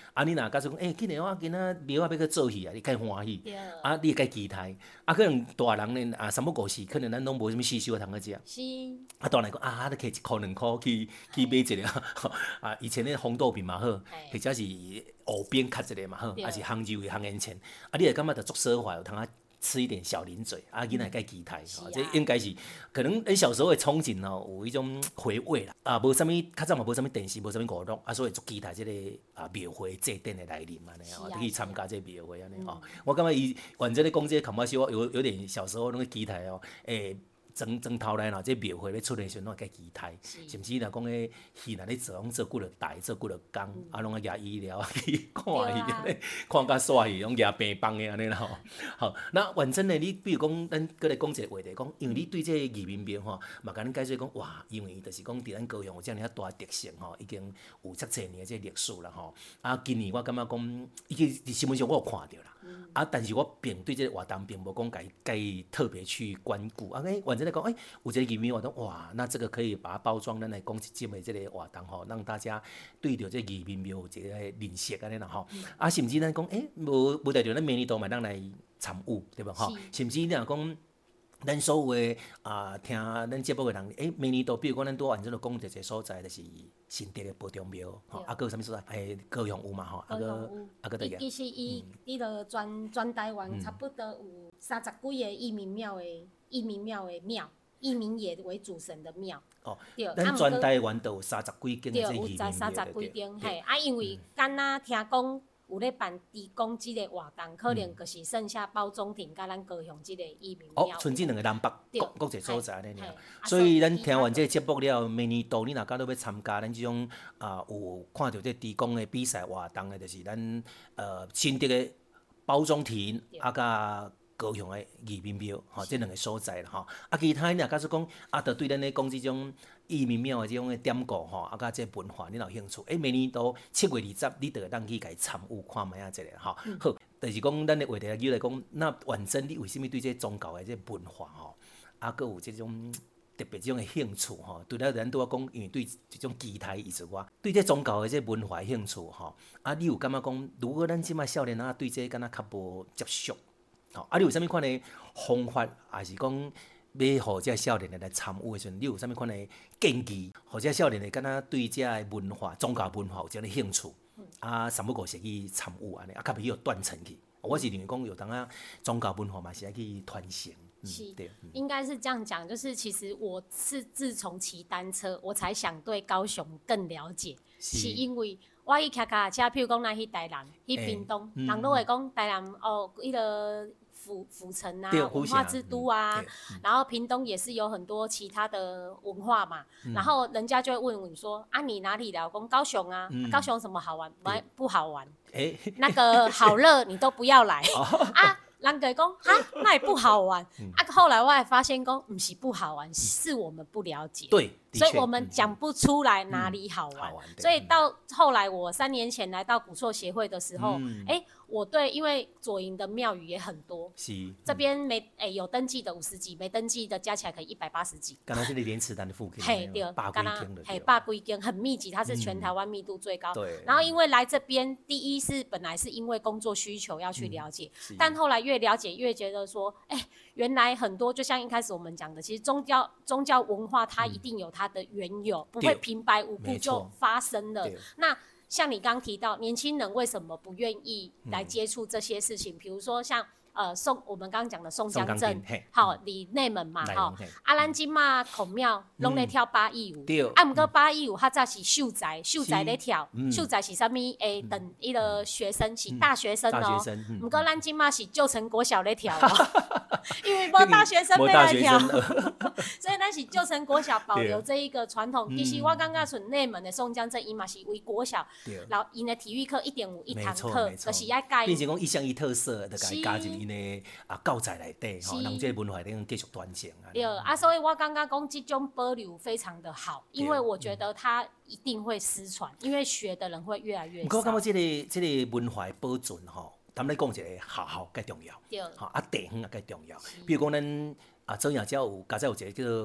S1: 啊，你若假设讲，诶，今日我今仔庙仔要去做戏啊，你该欢喜，啊，你会该期待，啊，可能大人呢啊，三不五时，可能咱拢无啥物四修通去食。
S2: 是。
S1: 啊，当然讲啊，你摕一箍两箍去去买一个啊，以前咧红豆饼嘛好，或者是藕饼卡一个嘛好，还是杭州的杭盐钱，啊，你会感觉着足奢华，有通啊。吃一点小零嘴，啊，囡仔该期待，吼，这应该是可能咱小时候的憧憬哦，有迄种回味啦。啊，无啥物，较早嘛无啥物电视，无啥物娱乐，啊，所以足期待即个啊庙会祭典的来临安尼吼，去参加这庙会安尼吼。我感觉伊完整咧讲这个，感觉小有有点小时候那个期待哦，诶。装装头来，若这庙会要出的时阵，拢会加期待，甚至若讲诶，戏若咧做，拢做几落台，做几落工，啊，拢啊举医疗去看戏，看甲煞戏，拢举病房的安尼啦吼。好，那完整诶，你比如讲，咱搁来讲一个话题，讲，因为你对这个义民庙吼，嘛甲恁解说讲，哇，因为就是讲，伫咱高雄有遮尔啊大特色吼，已经有遮侪年的这历史啦吼。啊，今年我感觉讲，伊伫新闻上我有看到啦。啊，但是我并对这个活动并无讲该该特别去关顾啊，哎，完整来讲，哎，有一个义民活动，哇，那这个可以把它包装，咱来讲一集的这个活动吼，让大家对着这义民庙有一个认识安尼啦吼。啊，甚至咱讲，哎，无无代着咱明年度嘛，咱来参与，对无吼？甚至你若讲。咱所有的啊，听咱节目的人，诶，明年度，比如讲，咱拄完整著讲一个所在，就是新竹的保中庙，吼，啊，搁有啥物所在？诶，高雄有嘛，吼，啊，搁啊，搁倒
S2: 伊其实伊伊落全全台湾差不多有三十几个义民庙的义民庙的庙，义民爷为主神的庙。
S1: 哦，咱全台湾都有三十几间的这义民庙。
S2: 对，有三十几间，嘿，啊，因为敢若听讲。有咧办提供即个活动，可能就是剩下包中庭甲咱高雄即个义民庙。
S1: 哦，剩即两个南北各各一个所在咧。所以咱听完这个节目了，明年度你若假如要参加咱即种啊有看到这提供的比赛活动的，就是咱呃新竹的包中庭啊甲高雄的义民庙，吼，这两个所在啦吼。啊，其他你若假使讲啊，着对咱咧讲即种。义民庙的这种的典故吼，啊，甲这文化，你若有兴趣，诶，明年度七月二十，你着会当去家参与看卖啊，即个吼。嗯、好，就是讲咱的话题又来讲，那完整你为什么对这宗教的这文化吼，啊，佮有这种特别这种的兴趣吼？除了咱拄仔讲，因为对这种期待以外，对这宗教的这文化兴趣吼，啊，你有感觉讲，如果咱即摆少年啊对这敢若较无接触，吼，啊，你有啥物款的方法，还是讲？要互遮少年来参与的时阵，你有啥物款的建议？互遮少年的敢若对遮个文化、宗教文化有遮个兴趣，嗯、啊，三不五时去参与安尼，啊，较袂去断层去。我是认为讲有当啊宗教文化嘛是爱去传承。嗯、
S2: 是，
S1: 对，嗯、
S2: 应该是这样讲，就是其实我是自从骑单车，我才想对高雄更了解，是, 是因为我去骑脚踏车，譬如讲咱去台南、去屏东，欸嗯、人都会讲台南哦，迄、那个。府府城啊，文化之都啊，嗯、然后屏东也是有很多其他的文化嘛，嗯、然后人家就会问我说啊，你哪里来？我讲高雄啊，嗯、高雄有什么好玩？不不好玩，欸、那个好热你都不要来啊。人家讲哈，那也不好玩。嗯、啊，后来我还发现讲，不是不好玩，嗯、是我们不了解。
S1: 对，
S2: 所以我们讲不出来哪里好玩。嗯、好玩所以到后来，我三年前来到古厝协会的时候，哎、嗯欸，我对，因为左营的庙宇也很多，是、嗯、这边没哎、欸、有登记的五十几，没登记的加起来可以一百八十几。
S1: 刚刚这里莲池潭的附近，
S2: 嘿对，
S1: 八龟间的，
S2: 嘿八龟间很密集，它是全台湾密度最高。
S1: 嗯、对。
S2: 然后因为来这边，第一是本来是因为工作需求要去了解，嗯、但后来越了解越觉得说，哎、欸，原来很多就像一开始我们讲的，其实宗教宗教文化它一定有它的缘由，嗯、不会平白无故就发生了。那像你刚提到，年轻人为什么不愿意来接触这些事情？比、嗯、如说像。呃，宋我们刚刚讲的宋江镇，好，离内门嘛，吼，啊，咱即马孔庙拢咧跳八佾舞，啊，毋过八佾舞较早是秀才，秀才咧跳，秀才是啥物？诶，等伊个学生是大学生哦，毋过咱即马是旧城国小咧跳，因为无大学生要来跳，所以咱是旧城国小保留这一个传统。其实我感觉像内门的宋江镇，伊嘛是为国小，然后因的体育课一点五一堂课，就是爱教，
S1: 变成讲一项一特色，就甲伊加入。呢啊，教材内底吼，让这个文化顶继续传承啊。
S2: 对啊，所以我感觉讲这种保留非常的好，因为我觉得它一定会失传，因为学的人会越来越少。不
S1: 过，感觉这个这个文化的保存吼，咱们讲一个学校介重要，
S2: 对，
S1: 吼啊地方也介重要。比如讲咱啊，做夜只有家在有一个叫做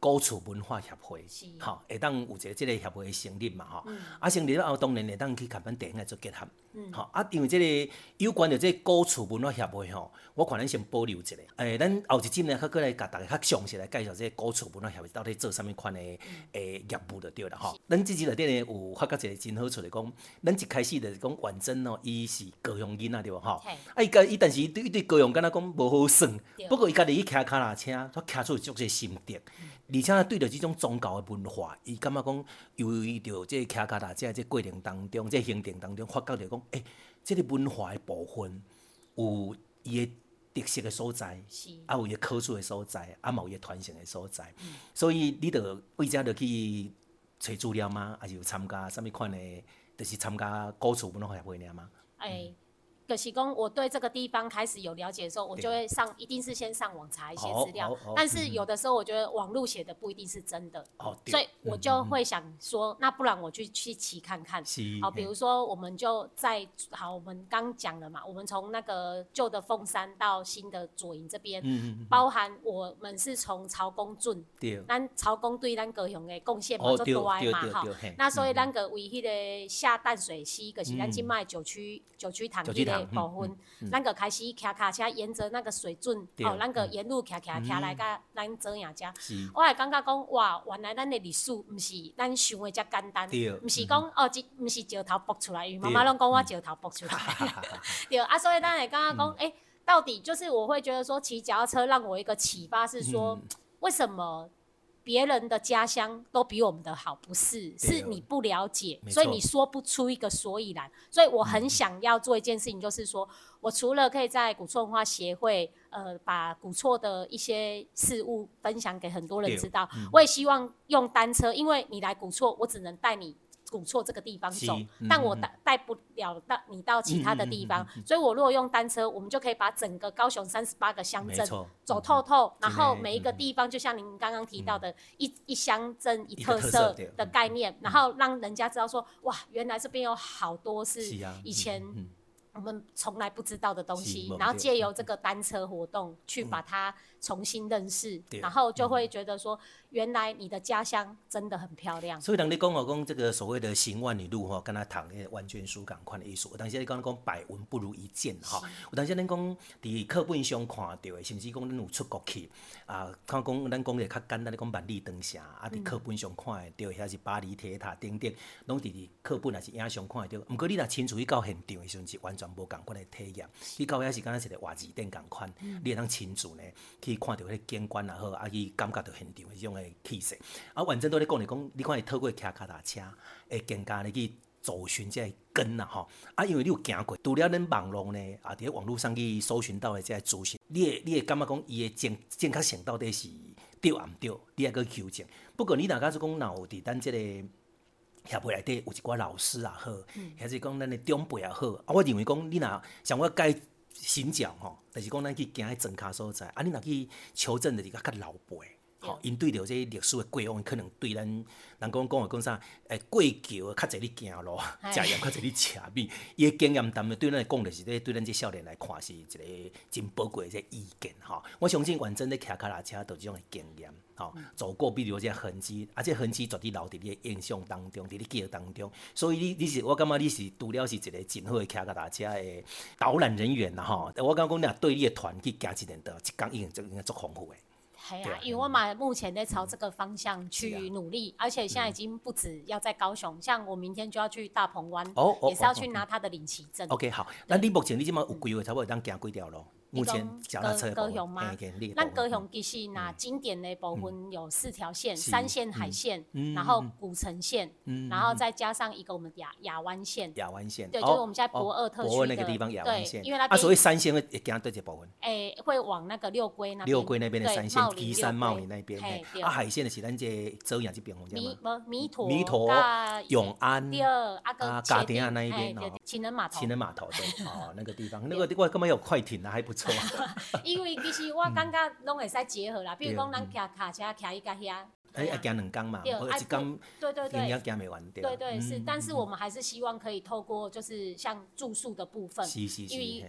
S1: 古厝文化协会，吼，会当有一个即个协会成立嘛，吼、嗯，啊成立了后，当然会当去甲咱地方来做结合，嗯，吼，啊，因为即个有关着即个古厝文化协会吼，我看咱先保留一下，诶，咱后一集呢，较过来甲大家较详细来介绍即个古厝文化协会到底做啥物款的诶业务就对啦，吼、嗯。咱即集内底呢有发觉一个真好处的讲，咱一开始就是讲婉珍哦，伊是高雄囡仔对无吼，啊，伊家伊但是伊对伊对高雄敢若讲无好耍，不过伊家己去骑脚踏车，煞骑出足个心得。而且对着即种宗教的文化，伊感觉讲，由于着即骑脚踏车即过程当中，即行程当中，发觉着讲，诶、欸，即、這个文化的部分有伊的特色的所在，啊有伊可取的所在，啊嘛有伊传承的所在，嗯、所以你着为遮着去找资料吗？还是有参加啥物款的？就是参加古厝文化协会尔吗？
S2: 欸嗯就是讲，我对这个地方开始有了解的时候，我就会上，一定是先上网查一些资料。但是有的时候，我觉得网络写的不一定是真的，哦、所以我就会想说，嗯、那不然我去去骑看看。好，比如说，我们就在好，我们刚讲了嘛，我们从那个旧的凤山到新的左营这边，嗯、包含我们是从曹公圳，咱曹公对咱高雄的贡献嘛，做大的嘛，哈。那所以咱个为迄个下淡水溪，就是咱今卖九曲九曲塘迄个。部分，咱个开始骑脚车，沿着那个水准，哦，咱个沿路骑骑骑来甲咱左营遮。我会感觉讲，哇，原来咱的历史毋是咱想的遮简单，毋是讲哦，即毋是石头剥出来，因为妈妈拢讲我石头剥出来。对啊，所以咱会感觉讲，诶，到底就是我会觉得说，骑脚踏车让我一个启发是说，为什么？别人的家乡都比我们的好，不是？是你不了解，所以你说不出一个所以然。所以我很想要做一件事情，就是说我除了可以在古厝文化协会，呃，把古厝的一些事物分享给很多人知道，嗯、我也希望用单车，因为你来古厝，我只能带你。古厝这个地方走，嗯、但我带带不了到你到其他的地方，嗯嗯嗯嗯、所以我如果用单车，我们就可以把整个高雄三十八个乡镇走透透，嗯、然后每一个地方，就像您刚刚提到的，嗯、一一乡镇一特色的概念，嗯、然后让人家知道说，哇，原来这边有好多是以前我们从来不知道的东西，然后借由这个单车活动去把它重新认识，嗯、然后就会觉得说，原来你的家乡真的很漂亮。
S1: 所以人咧讲哦，讲这个所谓的行万里路吼，跟他读迄万卷书共款的意思。有当时你讲讲百闻不如一见吼，有当时咱讲伫课本上看到的，甚至讲咱有出国去啊，看讲咱讲个较简单的讲万里长城，啊伫课本上看会到，遐是巴黎铁塔等等，拢伫伫课本也是影上看会到。不过你若亲自去到现场的时阵，是完全无共款的体验。你到遐是敢若是一个画字典共款，嗯、你会当亲自呢去看到迄个景观也好，啊去感觉到现场迄种的气势。啊，完整都咧讲咧讲，你看伊透过骑脚踏车，会更加咧去找寻这个根啊吼。啊，因为你有行过，除了咱网络呢，啊伫网络上去搜寻到的这个资讯，你会你会感觉讲伊的正正确性到底是对毋对？你还阁求证。不过你若假使讲，若有伫咱这个协会内底有一寡老师也好，还是讲咱的长辈也好，啊，我认为讲你若像我该请教吼，就是讲咱去行迄庄脚所在，啊，你若去求证的是较较老辈。吼，因对着这历史的过往，可能对咱人讲讲话讲啥，诶，过桥较侪咧行路，食盐较侪咧吃米，伊的经验谈对咱来讲，就是咧对咱这少年来看是一个真宝贵的这意见吼。我相信完整咧骑脚踏车都这种的经验，吼，走过比如这痕迹，啊，这痕迹绝对留伫你的印象当中，伫你记忆当中。所以你你是我感觉你是除了是一个真好的骑脚踏车的导览人员啦吼。我感觉讲，你若对你的团去行一年的，一工已经就应该足丰富的。
S2: 系啊，因为我嘛目前在朝这个方向去努力，而且现在已经不止要在高雄，像我明天就要去大鹏湾，也是要去拿他的领旗证。
S1: OK， 好，那你目前你即马有规划差不多当行几条路？目前脚踏车
S2: 高雄吗？咱高雄其实那经典的部分有四条线：山线、海线，然后古城线，然后再加上一个我们亚亚湾线。
S1: 亚湾线，
S2: 对，就是我们现在博二特区的
S1: 博二那个地方亚湾线。
S2: 因为那
S1: 啊，所谓山线会行对这部分？
S2: 诶，会往那个六龟那边。
S1: 六龟那边的山线，旗山茂林那边。啊，海线的是咱这周阳这边，
S2: 弥弥陀、
S1: 弥陀、永安、
S2: 啊
S1: 嘉田啊那一边
S2: 哦，情人码头。
S1: 情人码头对，哦，那个地方，那个我根本有快艇啊，还不错。
S2: 因为其实我感觉拢会使结合啦，比如讲咱骑脚车骑伊甲遐，
S1: 哎，要行两工嘛，或者一工，
S2: 对对对，
S1: 你要行袂完对。
S2: 对对是，但是我们还是希望可以透过就是像住宿的部分，因为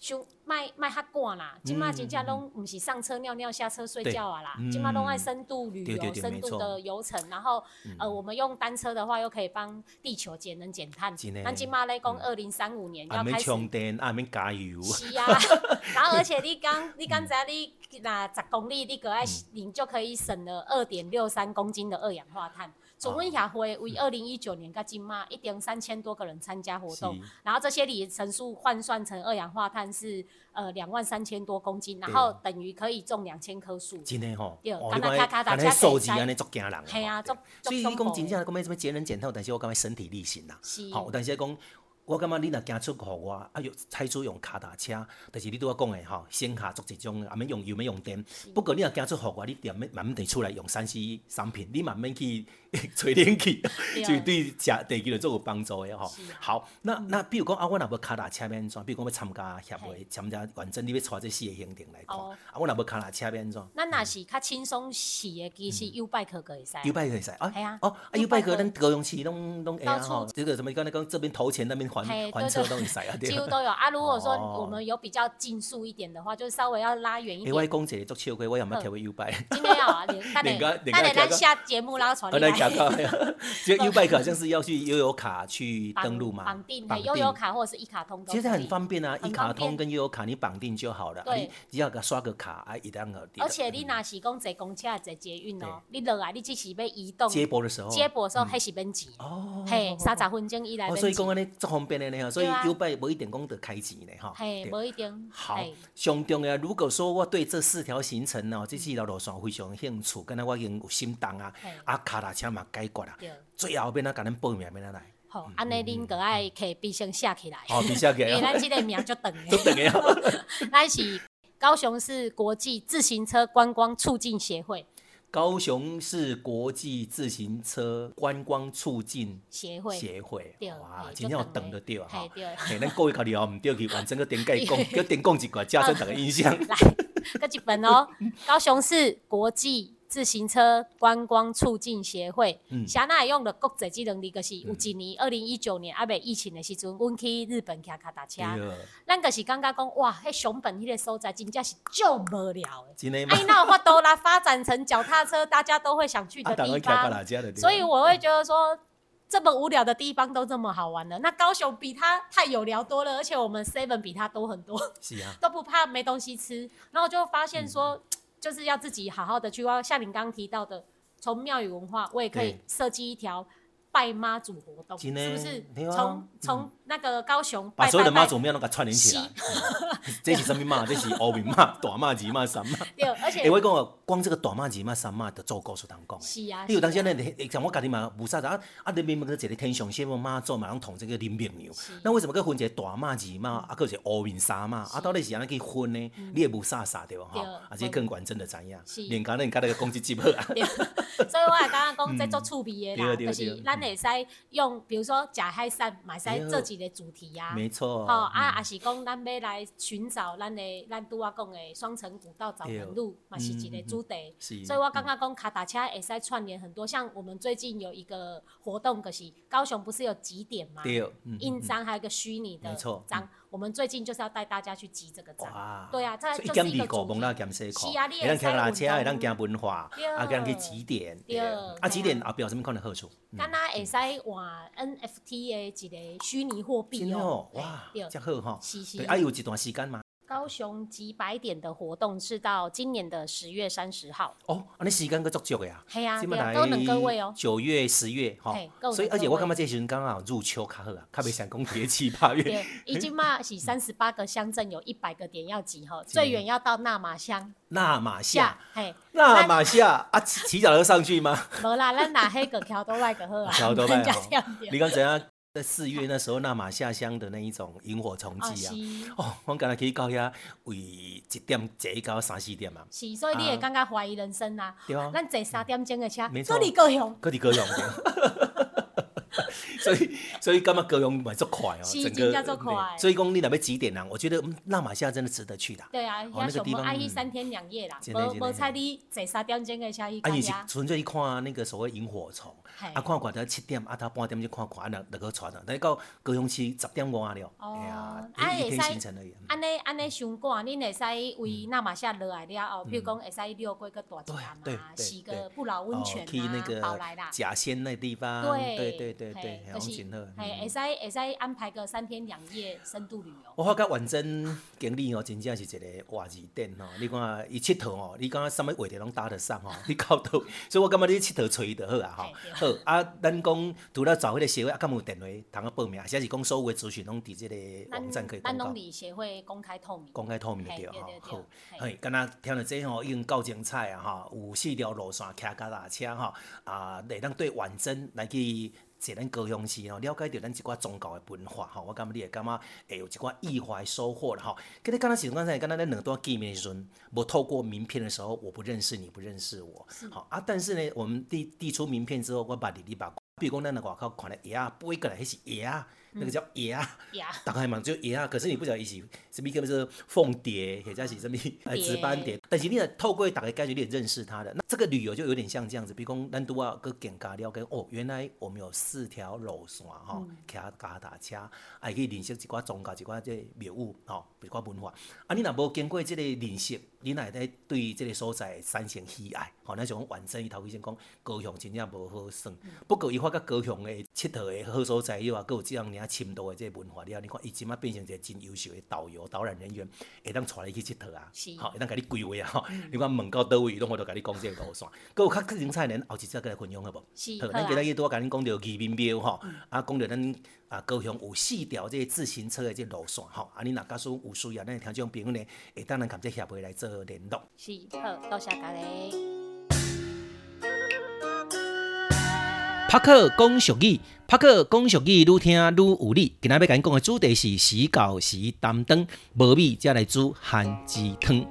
S2: 伤卖卖较赶啦，即马真正拢毋是上车尿尿下车睡觉啊啦，即马拢爱深度旅游、对对对深度的游程，然后、嗯、呃，我们用单车的话又可以帮地球节能减碳。咱即马咧讲二零三五年要开始
S1: 充电，啊免加油。
S2: 是啊，然后而且你刚你刚才你那十公里，你个爱你就可以省了二点六三公斤的二氧化碳。总问协会为二零一九年到今嘛，一点三千多个人参加活动，然后这些里程数换算成二氧化碳是呃两万三千多公斤，然后等于可以种两千棵树。
S1: 真的吼，
S2: 对，
S1: 刚才卡卡车数字安尼足惊人。
S2: 系啊，足
S1: 所以你讲真正讲咩什么节能减碳，但是我感觉身体力行啦。
S2: 是。
S1: 好，但是讲。我感觉你若行出户外，啊，又采取用脚踏车，就是你拄仔讲的吼，先下做一种，啊免用油免用电。不过你若行出户外，你点慢慢地出来用三 C 产品，你慢慢去吹冷气，就对食地球做有帮助的吼。好，那那比如讲啊，我若要脚踏车要安怎？比如讲要参加协会，参加完整你要带这四个行程来看，啊，我若要脚踏车要安怎？
S2: 咱若是较轻松骑的，其实 U bike 可以使。
S1: U bike 可以使啊？
S2: 系啊。
S1: 哦，啊 U bike 咱高雄市拢拢会啊吼，这个什么刚才讲这边投钱那边还还车都会使啊，
S2: 几乎都有啊。如果说我们有比较竞速一点的话，就是稍微要拉远一点。
S1: 我讲一个足笑话，我有没有跳过 U bike？
S2: 今天要啊，等等等咱下节目然后传你来。
S1: 这 U bike 好像是要去悠游卡去登录嘛，
S2: 绑定，悠游卡或者是一卡通都。
S1: 其实很方便啊，一卡通跟悠游卡你绑定就好了，你只要给刷个卡啊，一当而
S2: 而且你若是讲坐公车、坐捷运哦，你落来你只是要移动。
S1: 接驳的时候。
S2: 接驳的时候还是免钱。哦。嘿，三十分钟以内免钱。
S1: 所以讲安尼足方便的呢，所以 U bike 无一定讲得开钱呢，哈。
S2: 嘿，无一定。
S1: 好，上重要。如果说我对这四条行程哦，这四条路线非常有兴趣，敢若我已经有心动啊，啊，脚踏车嘛解决啦。最后边啊，甲咱报名要哪来？
S2: 好，安尼恁个爱摕笔先写起来。
S1: 哦，笔写起来。
S2: 因为咱这个名足长
S1: 的。足长的哦。
S2: 咱是高雄市国际自行车观光促进协会。
S1: 高雄市国际自行车观光促进协会，协会，哇，真正有长就对啊！哈，嘿，咱各位考虑后唔对去，完整个点解讲，叫点讲一句，加深大家印象。
S2: 来，搿一本哦，高雄市国际自行车观光促进协会，啥那会用的国际技能力，就是有一年二零一九年还未疫情的时阵，阮去日本骑脚踏车，咱就是感觉讲，哇，迄熊本迄个所在真正是足无聊的。
S1: 真的吗？
S2: 哎，那有法度啦，发展成脚踏车，大家都会想去的地方。所以我会觉得说，这么无聊的地方都这么好玩了，那高雄比它太有聊多了，而且我们 seven 比它多很多，
S1: 是啊，
S2: 都不怕没东西吃。然后就发现说。嗯就是要自己好好的去，像你刚刚提到的，从庙宇文化，我也可以设计一条拜妈祖活动，是不是？从从那个高雄拜拜拜，
S1: 把所有的妈祖庙都给串联起来。这是什么妈？这是乌面妈、大妈、二妈、三妈。
S2: 对，而且
S1: 我讲哦，光这个大妈、二妈、三妈的做故事通讲。
S2: 是啊。
S1: 你有当时呢，像我家己嘛，无啥子啊啊！你明明个一个天上仙妈祖嘛，拢同这个林明牛。那为什么佮分一个大妈、二妈，啊，佮一个乌面、三妈？啊，到底是安尼去分呢？你也无啥啥对吧？哈，啊，这更管真的知影。连刚才你讲那个公积金好啊。
S2: 所以我也刚刚讲在做趣味的啦，就是咱会使用，比如说假海扇，买使这几个主题呀。
S1: 没错。
S2: 好啊，也是讲咱要来寻找咱的咱拄仔讲的双城古道找门路，嘛是一个主题。所以我刚刚讲脚踏车会使串联很多，像我们最近有一个活动，就是高雄不是有集点吗？印章还有一个虚拟的章，我们最近就是要带大家去集这个章。对啊，这就是一个主题。是啊，你
S1: 会当骑脚踏车，会当行文化，啊，会当去集点。对。啊，集点后壁有什么可能好处？
S2: 敢若会使换 N F T 的一个虚拟货币哦。
S1: 哇，这好哈。
S2: 是是。
S1: 啊，有一段时间吗？
S2: 高雄集百点的活动是到今年的十月三十号。
S1: 哦，安尼时间佫足足的啊。
S2: 系啊，对啊，够两个月哦。
S1: 九月、十月，哈，所以而且我感觉这时阵刚好入秋较好啊，较袂像讲节七八月。
S2: 对，已经嘛是三十八个乡镇，有一百个点要集哈，最远要到纳马乡。
S1: 纳马夏，嘿，纳马夏啊，骑骑脚车上去吗？
S2: 无啦，咱拿迄个桥头来就好啊。
S1: 桥头来好。你讲怎样？在四月那时候，纳马夏乡的那一种萤火虫季啊，哦，我刚才可以到遐为一点坐到三四点嘛。
S2: 是，所以你会感觉怀疑人生啊。
S1: 对啊。
S2: 咱坐三点钟的车，
S1: 没错。
S2: 搁伫高雄。
S1: 搁伫高雄。 所以所以感觉高雄嘛足快哦，
S2: 整个足快。
S1: 所以讲你若要几点啊？我觉得纳马夏真的值得去的。
S2: 对啊，遐上无爱去三天两夜啦，无无采你坐三点钟的车去。
S1: 啊，伊是纯粹去看那个所谓萤火虫，啊，看看到七点，啊，到半点就看看，啊，那就去带的。但是到高雄市十点外了，哎呀，一天行程而已。
S2: 安尼安尼伤赶，恁会使为纳马夏落来了后，比如讲会使溜过个大桥嘛，洗个不老温泉啊，跑来啦。
S1: 甲仙那地方，对对对对，
S2: 就是，嘿，会使会使安排个三天两夜深度旅游。
S1: 我发觉婉珍经理哦，真正是一个活字典哦。你看伊佚佗哦，你讲啥物话题拢搭得上哦，你到倒，所以我感觉你佚佗找伊就好啊吼。好啊，咱讲除了找迄个协会，啊，敢有电话通啊报名，还是讲所有的资讯拢伫即个网站可以公告。
S2: 咱拢伫协会公开透明。
S1: 公开透明就对吼。好，嘿，敢若听到这吼已经够精彩啊吼，有四条路线骑脚踏车吼，啊，会当对婉珍来去。在咱高雄市吼，了解到咱一寡宗教的文化吼，我感觉你会感觉会有一寡意外收获啦吼。跟你刚才时阵刚才刚才咱两段见面的时阵，无透过名片的时候，我不认识你，不认识我，好啊。但是呢，我们递递出名片之后，我把你你把，比如讲咱在外口看到爷啊，背过来迄是爷啊。那个叫爷啊，大概嘛就爷啊，可是你不晓得伊是什么叫做凤蝶，或者是什么呃紫斑蝶，但是你透过大家介绍，你也认识他的。那这个旅游就有点像这样子，比如讲咱拄啊个更加了解哦，原来我们有四条路线吼，骑脚踏车，啊可以认识一寡宗教、一寡这庙宇吼，一寡文化。啊，你若无经过这个认识，你若会对这个所在产生喜爱，吼，咱想讲完整伊头先讲高雄真正无好耍，不过伊发觉高雄的佚佗的好所在以外，佫有这样尔深度的这个文化了，你看伊即马变成一个真优秀的导游、导览人员，会当带你去佚佗啊，吼，会当甲你规划啊，吼，你看问到倒位，拢我都甲你讲这个路线，佫有较精彩呢，后一则来分享好无？好，咱今日拄仔甲恁讲到移民庙吼，啊，讲到咱啊高雄有四条这自行车的这路线吼，啊，你若假使有需要，咱听众朋友呢，会当咱甲这协会来做联络。
S2: 是，好，多谢大家。
S1: 帕克讲俗语，帕克讲俗语，愈听愈有理。今仔要甲恁讲的主题是时到时担当，无米才来煮番薯汤。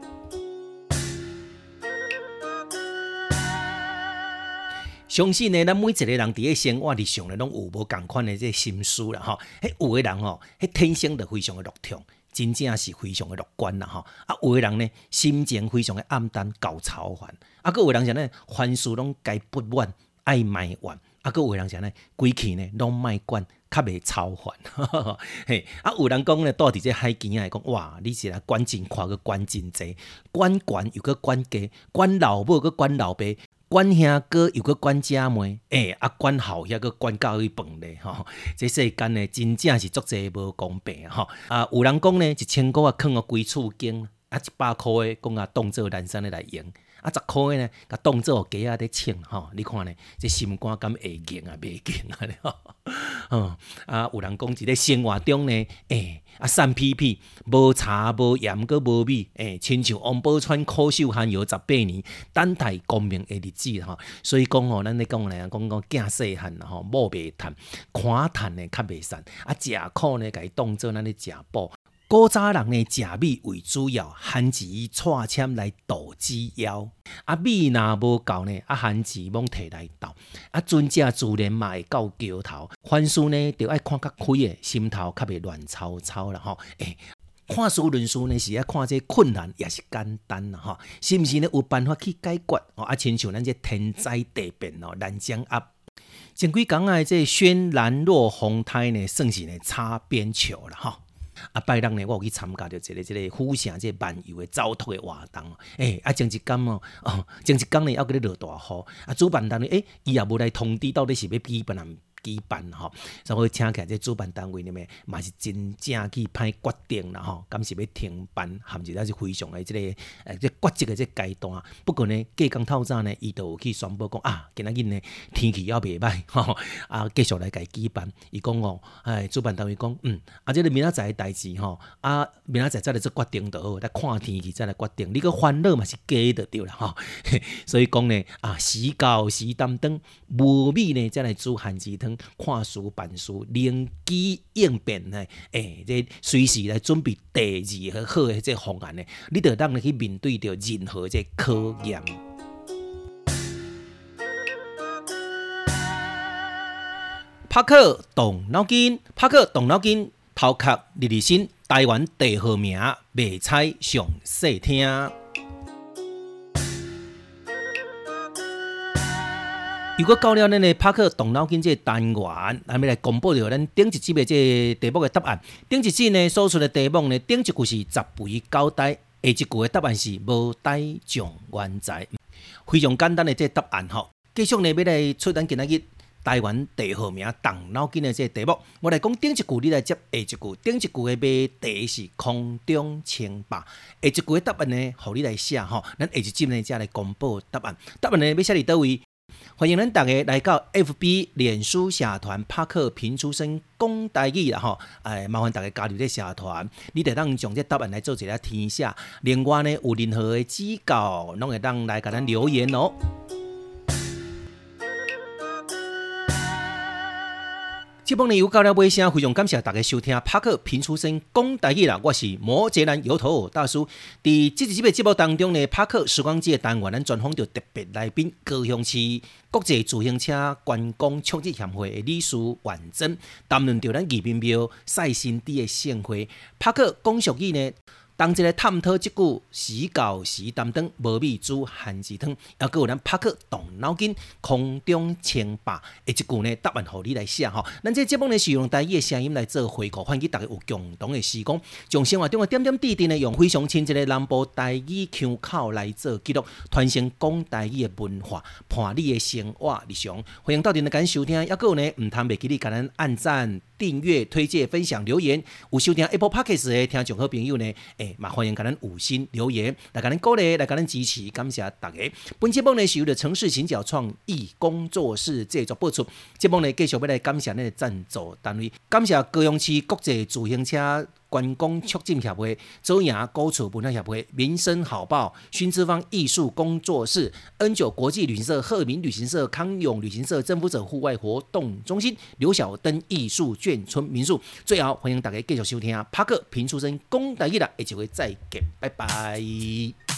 S1: 相信呢，咱每一个人伫个生活日常呢，拢有无共款的这心思啦吼。迄有的人吼，迄天生就非常的乐天，真正是非常的乐观啦吼。啊，有的人呢，心情非常的暗淡，高操烦。啊，佫有的人啥呢，凡事拢该不满，爱埋怨。啊，佫有人啥呢？规气呢拢卖管，较袂操烦。嘿，啊，有人讲呢，住伫这海边啊，讲哇，你是来管真快，佮管真济，管管又佮管家，管老母佮管老爸，管兄哥又佮管姐妹，诶、欸，啊，管后遐佮管教育饭咧，吼，这世间呢，真正是足济无公平吼。啊，有人讲呢，一千箍啊，囥互规厝间，啊，一百箍诶，讲啊，当做南山咧来用。啊，十箍的呢，甲当做鸡仔咧称吼，你看呢，这心肝敢会硬啊，袂硬啊？吼，嗯，啊，有人讲伫咧生活中呢，诶、欸，啊，散屁屁，无茶无盐佮无米，诶、欸，亲像王宝钏苦守寒窑十八年，等待功名的日子吼。所以讲吼，咱咧讲来讲讲囝细汉吼，某袂趁，看趁呢较袂散，啊，食苦呢，甲伊当做咱咧食补。古早人呢，食米为主要，番薯串签来度子枵。啊，米若无够呢，啊，番薯罔摕来斗。啊，尊者自然嘛会到桥头，凡事呢，就爱看较开的，心头较袂乱糟糟啦吼。诶、欸，看事论事呢，是爱看这困难也是简单啦吼，是毋是呢？有办法去解决哦？啊，亲像咱这天灾地变哦，难掌握。前几工啊，这轩然若红胎呢，算是呢擦边球啦吼。啊，拜六呢，我有去参加着一个即个府城即个漫游的走托的活动。诶、欸，啊，前一天哦，哦，前一天呢，还搁咧落大雨。啊，主办单位诶，伊也无来通知到底是要举办人举办吼，所以请起来这主办单位呢咩，嘛是真正去歹决定啦吼，敢是要停办，含是咱是非常的即、这个诶，即决策的即阶段。不过呢，隔工透早呢，伊就有去宣布讲啊，今仔日呢天气也袂歹吼，啊，继续来家举办。伊讲哦，哎，主办单位讲，嗯，啊，即、這個明仔载的代志吼，啊，明仔载再来做决定就好，来看天气再来決定。你個煩惱嘛是假的對啦吼，所以講呢，啊，時到時擔當，無米呢再來煮番薯湯。看事辦事，靈機應變呢，誒，這隨時來準備第二好嘅這方案呢，你就當去面對着任何這考驗。 帕克动脑筋，帕克动脑筋，头壳日日新，台湾地号名，袂猜上细听。如果到了咱的帕克动脑筋这单元，咱要来公布着咱顶一集的这题目的答案。顶一集呢所出的题目呢，顶一句是十肥九呆，下一句的答案是无呆状元才。非常简单的这答案吼。继续呢要来出咱今仔日台湾地号名动脑筋的这题目。我来讲顶一句，你来接下一句。顶一句的马蹄是空中称霸，下一句的答案呢，互你来写吼。咱下一集呢才来公布答案。答案呢要写伫倒位？欢迎咱大家来到 F B 脸书社团帕克评出身讲台语啦吼，哎，麻烦大家加入这社团，你得当将这答案来做一个填写。另外呢，有任何的指教，拢会当来给咱留言哦。这帮呢又到了尾声，非常感谢大家收听帕克评出身讲台语啦，我是摩羯男油头大叔。伫这一集的节目当中呢，帕克时光机的单元，咱专访到特别来宾，高雄市国际自行车观光促进协会的理事婉珍，谈论到咱宜宾庙赛新地的盛会。帕克讲俗语呢，同一个探讨即句时到时担当，无米煮咸鱼汤，也佮有咱帕克动脑筋空中称霸，下一句呢答案互你来写吼。咱这节目呢是用台语的声音来做回顾，欢迎大家有共同的时光，将生活中的点点滴滴呢，用非常亲切的南部台语腔口来做记录，传承讲台语的文化，伴你的生活日常。欢迎到阵来甲咱收听，也佮有呢唔通袂记你甲咱按赞、订阅、推荐、分享、留言。有收听 Apple Podcast 的听众好朋友呢，诶，嘛欢迎甲咱五星留言，来甲咱鼓励，来甲咱支持，感谢大家。本节目呢是由的城市行脚创意工作室制作播出。节目呢继续要来感谢咱的赞助单位，感谢高雄市国际自行车观光促进协会、周牙高处文化协会、民生好报、熏之方艺术工作室、N 九国际旅行社、鹤鸣旅行社、康永旅行社、征服者户外活动中心、刘小灯艺术眷村民宿。最后欢迎大家继续收听帕克评出身讲台语啦，下一回再见，拜拜。